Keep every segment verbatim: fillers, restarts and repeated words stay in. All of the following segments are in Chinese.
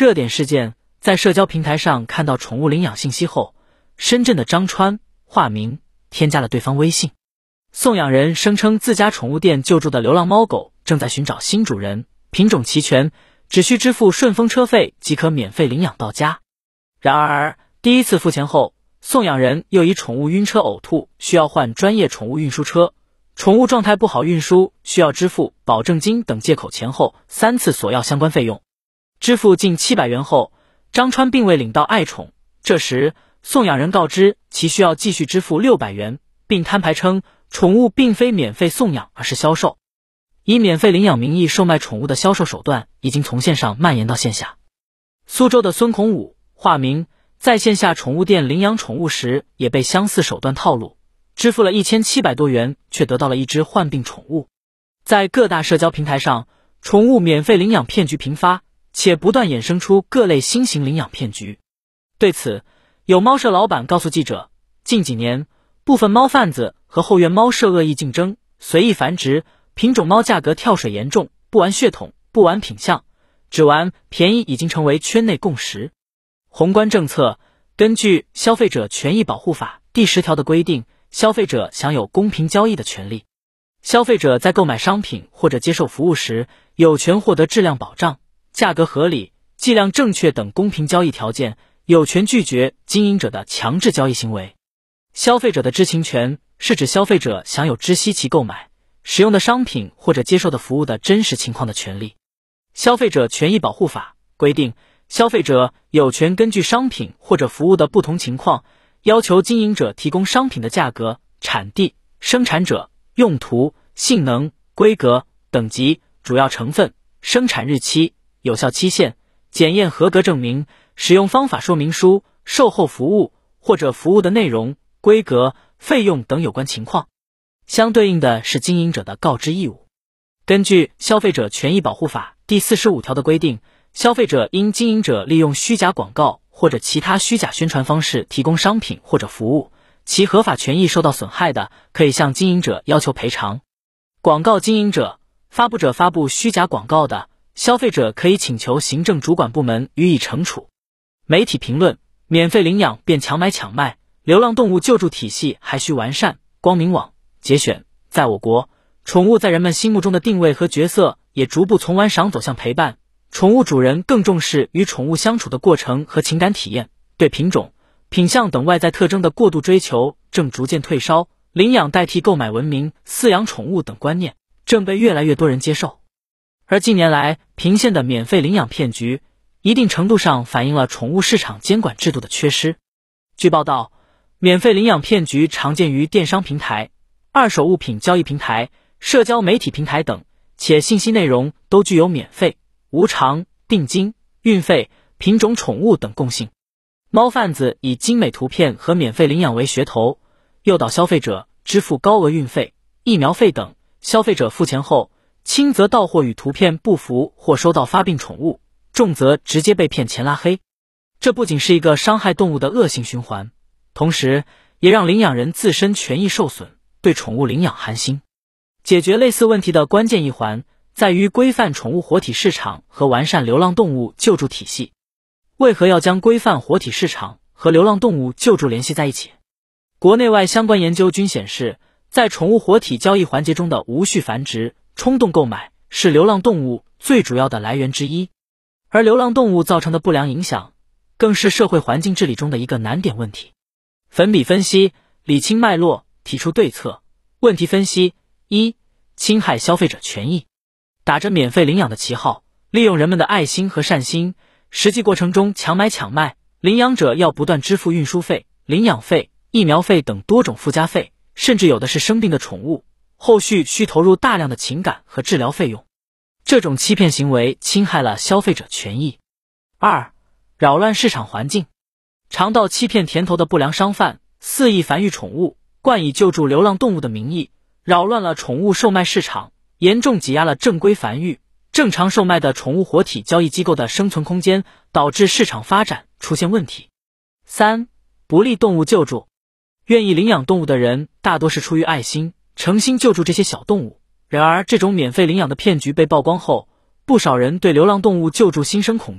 热点事件，在社交平台上看到宠物领养信息后，深圳的张川化名添加了对方微信。送养人声称自家宠物店救助的流浪猫狗正在寻找新主人，品种齐全，只需支付顺风车费即可免费领养到家。然而，第一次付钱后，送养人又以宠物晕车呕吐需要换专业宠物运输车，宠物状态不好运输需要支付保证金等借口前后三次索要相关费用。支付近七百元后，张川并未领到爱宠，这时送养人告知其需要继续支付六百元，并摊牌称宠物并非免费送养，而是销售。以免费领养名义售卖宠物的销售手段已经从线上蔓延到线下。苏州的孙孔武化名在线下宠物店领养宠物时也被相似手段套路，支付了一千七百多元，却得到了一只患病宠物。在各大社交平台上，宠物免费领养骗局频发，且不断衍生出各类新型领养骗局。对此，有猫舍老板告诉记者，近几年部分猫贩子和后院猫舍恶意竞争，随意繁殖，品种猫价格跳水严重，不玩血统，不玩品相，只玩便宜已经成为圈内共识。宏观政策，根据《消费者权益保护法》第十条的规定，消费者享有公平交易的权利。消费者在购买商品或者接受服务时，有权获得质量保障、价格合理、计量正确等公平交易条件，有权拒绝经营者的强制交易行为。消费者的知情权是指消费者享有知悉其购买、使用的商品或者接受的服务的真实情况的权利。《消费者权益保护法》规定，消费者有权根据商品或者服务的不同情况，要求经营者提供商品的价格、产地、生产者、用途、性能、规格、等级、主要成分、生产日期、有效期限、检验合格证明、使用方法说明书、售后服务或者服务的内容、规格、费用等有关情况。相对应的是经营者的告知义务。根据《消费者权益保护法》第四十五条的规定，消费者因经营者利用虚假广告或者其他虚假宣传方式提供商品或者服务，其合法权益受到损害的，可以向经营者要求赔偿。广告经营者、发布者发布虚假广告的，消费者可以请求行政主管部门予以惩处。媒体评论，免费领养变强买抢卖，流浪动物救助体系还需完善。光明网节选，在我国，宠物在人们心目中的定位和角色也逐步从玩赏走向陪伴，宠物主人更重视与宠物相处的过程和情感体验，对品种、品相等外在特征的过度追求正逐渐退烧，领养代替购买文明饲养宠物等观念正被越来越多人接受。而近年来频现的免费领养骗局，一定程度上反映了宠物市场监管制度的缺失。据报道，免费领养骗局常见于电商平台、二手物品交易平台、社交媒体平台等，且信息内容都具有免费、无偿、定金、运费、品种宠物等共性。猫贩子以精美图片和免费领养为噱头，诱导消费者支付高额运费、疫苗费等，消费者付钱后，轻则到货与图片不符或收到发病宠物，重则直接被骗钱拉黑。这不仅是一个伤害动物的恶性循环，同时也让领养人自身权益受损，对宠物领养寒心。解决类似问题的关键一环在于规范宠物活体市场和完善流浪动物救助体系。为何要将规范活体市场和流浪动物救助联系在一起？国内外相关研究均显示，在宠物活体交易环节中的无序繁殖、冲动购买是流浪动物最主要的来源之一，而流浪动物造成的不良影响更是社会环境治理中的一个难点问题。粉笔分析，理清脉络，提出对策。问题分析：一、侵害消费者权益。打着免费领养的旗号，利用人们的爱心和善心，实际过程中强买抢卖，领养者要不断支付运输费、领养费、疫苗费等多种附加费，甚至有的是生病的宠物，后续需投入大量的情感和治疗费用。这种欺骗行为侵害了消费者权益。二、扰乱市场环境。尝到欺骗甜头的不良商贩肆意繁育宠物，冠以救助流浪动物的名义，扰乱了宠物售卖市场，严重挤压了正规繁育、正常售卖的宠物活体交易机构的生存空间，导致市场发展出现问题。三、不利动物救助。愿意领养动物的人大多是出于爱心，诚心救助这些小动物。然而，这种免费领养的骗局被曝光后，不少人对流浪动物救助心生恐惧，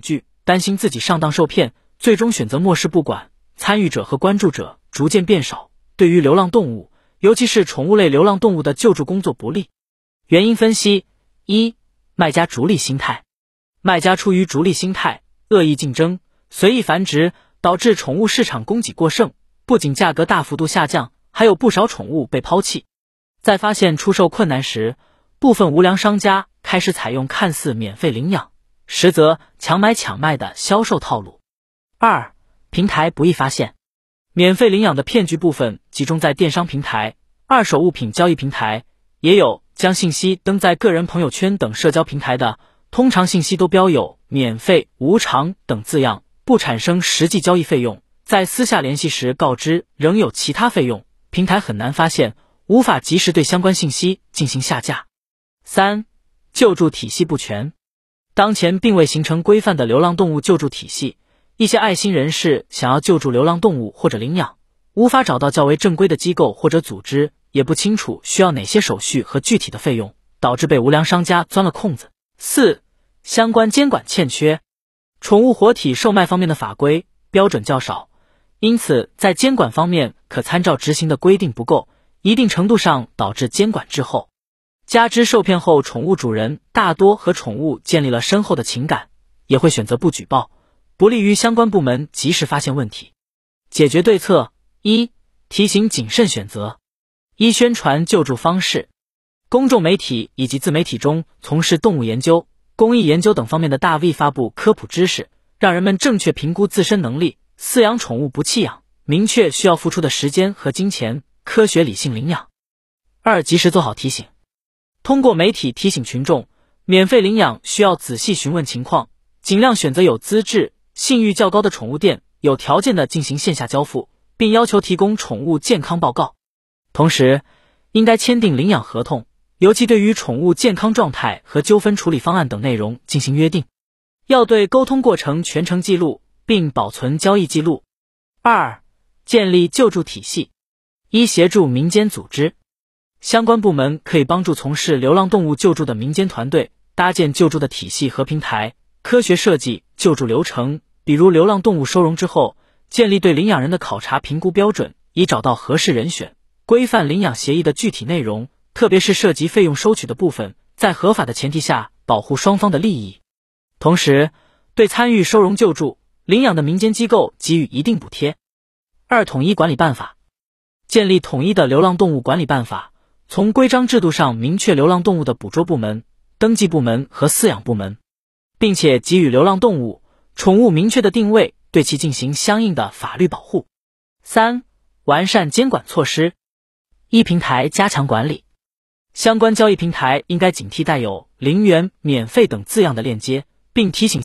担心自己上当受骗，最终选择漠视不管，参与者和关注者逐渐变少，对于流浪动物，尤其是宠物类流浪动物的救助工作不利。原因分析：一、卖家逐利心态。卖家出于逐利心态，恶意竞争，随意繁殖，导致宠物市场供给过剩，不仅价格大幅度下降，还有不少宠物被抛弃。在发现出售困难时，部分无良商家开始采用看似免费领养，实则强买强卖的销售套路。二、平台不易发现。免费领养的骗局部分集中在电商平台、二手物品交易平台，也有将信息登在个人朋友圈等社交平台的，通常信息都标有免费、无偿等字样，不产生实际交易费用，在私下联系时告知仍有其他费用，平台很难发现，无法及时对相关信息进行下架。三、救助体系不全。当前并未形成规范的流浪动物救助体系，一些爱心人士想要救助流浪动物或者领养，无法找到较为正规的机构或者组织，也不清楚需要哪些手续和具体的费用，导致被无良商家钻了空子。四、相关监管欠缺。宠物活体售卖方面的法规标准较少，因此在监管方面可参照执行的规定不够，一定程度上导致监管滞后。加之受骗后宠物主人大多和宠物建立了深厚的情感，也会选择不举报，不利于相关部门及时发现问题。解决对策：一、提醒谨慎选择。一、宣传救助方式。公众媒体以及自媒体中从事动物研究、公益研究等方面的大 V 发布科普知识，让人们正确评估自身能力，饲养宠物不弃养，明确需要付出的时间和金钱，科学理性领养。二、及时做好提醒。通过媒体提醒群众，免费领养需要仔细询问情况，尽量选择有资质、信誉较高的宠物店，有条件的进行线下交付，并要求提供宠物健康报告。同时，应该签订领养合同，尤其对于宠物健康状态和纠纷处理方案等内容进行约定。要对沟通过程全程记录，并保存交易记录。二、建立救助体系。一、协助民间组织。相关部门可以帮助从事流浪动物救助的民间团队搭建救助的体系和平台，科学设计救助流程，比如流浪动物收容之后，建立对领养人的考察评估标准，以找到合适人选，规范领养协议的具体内容，特别是涉及费用收取的部分，在合法的前提下保护双方的利益。同时，对参与收容救助、领养的民间机构给予一定补贴。二、统一管理办法。建立统一的流浪动物管理办法，从规章制度上明确流浪动物的捕捉部门、登记部门和饲养部门，并且给予流浪动物、宠物明确的定位，对其进行相应的法律保护。三、完善监管措施。一、平台加强管理。相关交易平台应该警惕带有零元、免费等字样的链接，并提醒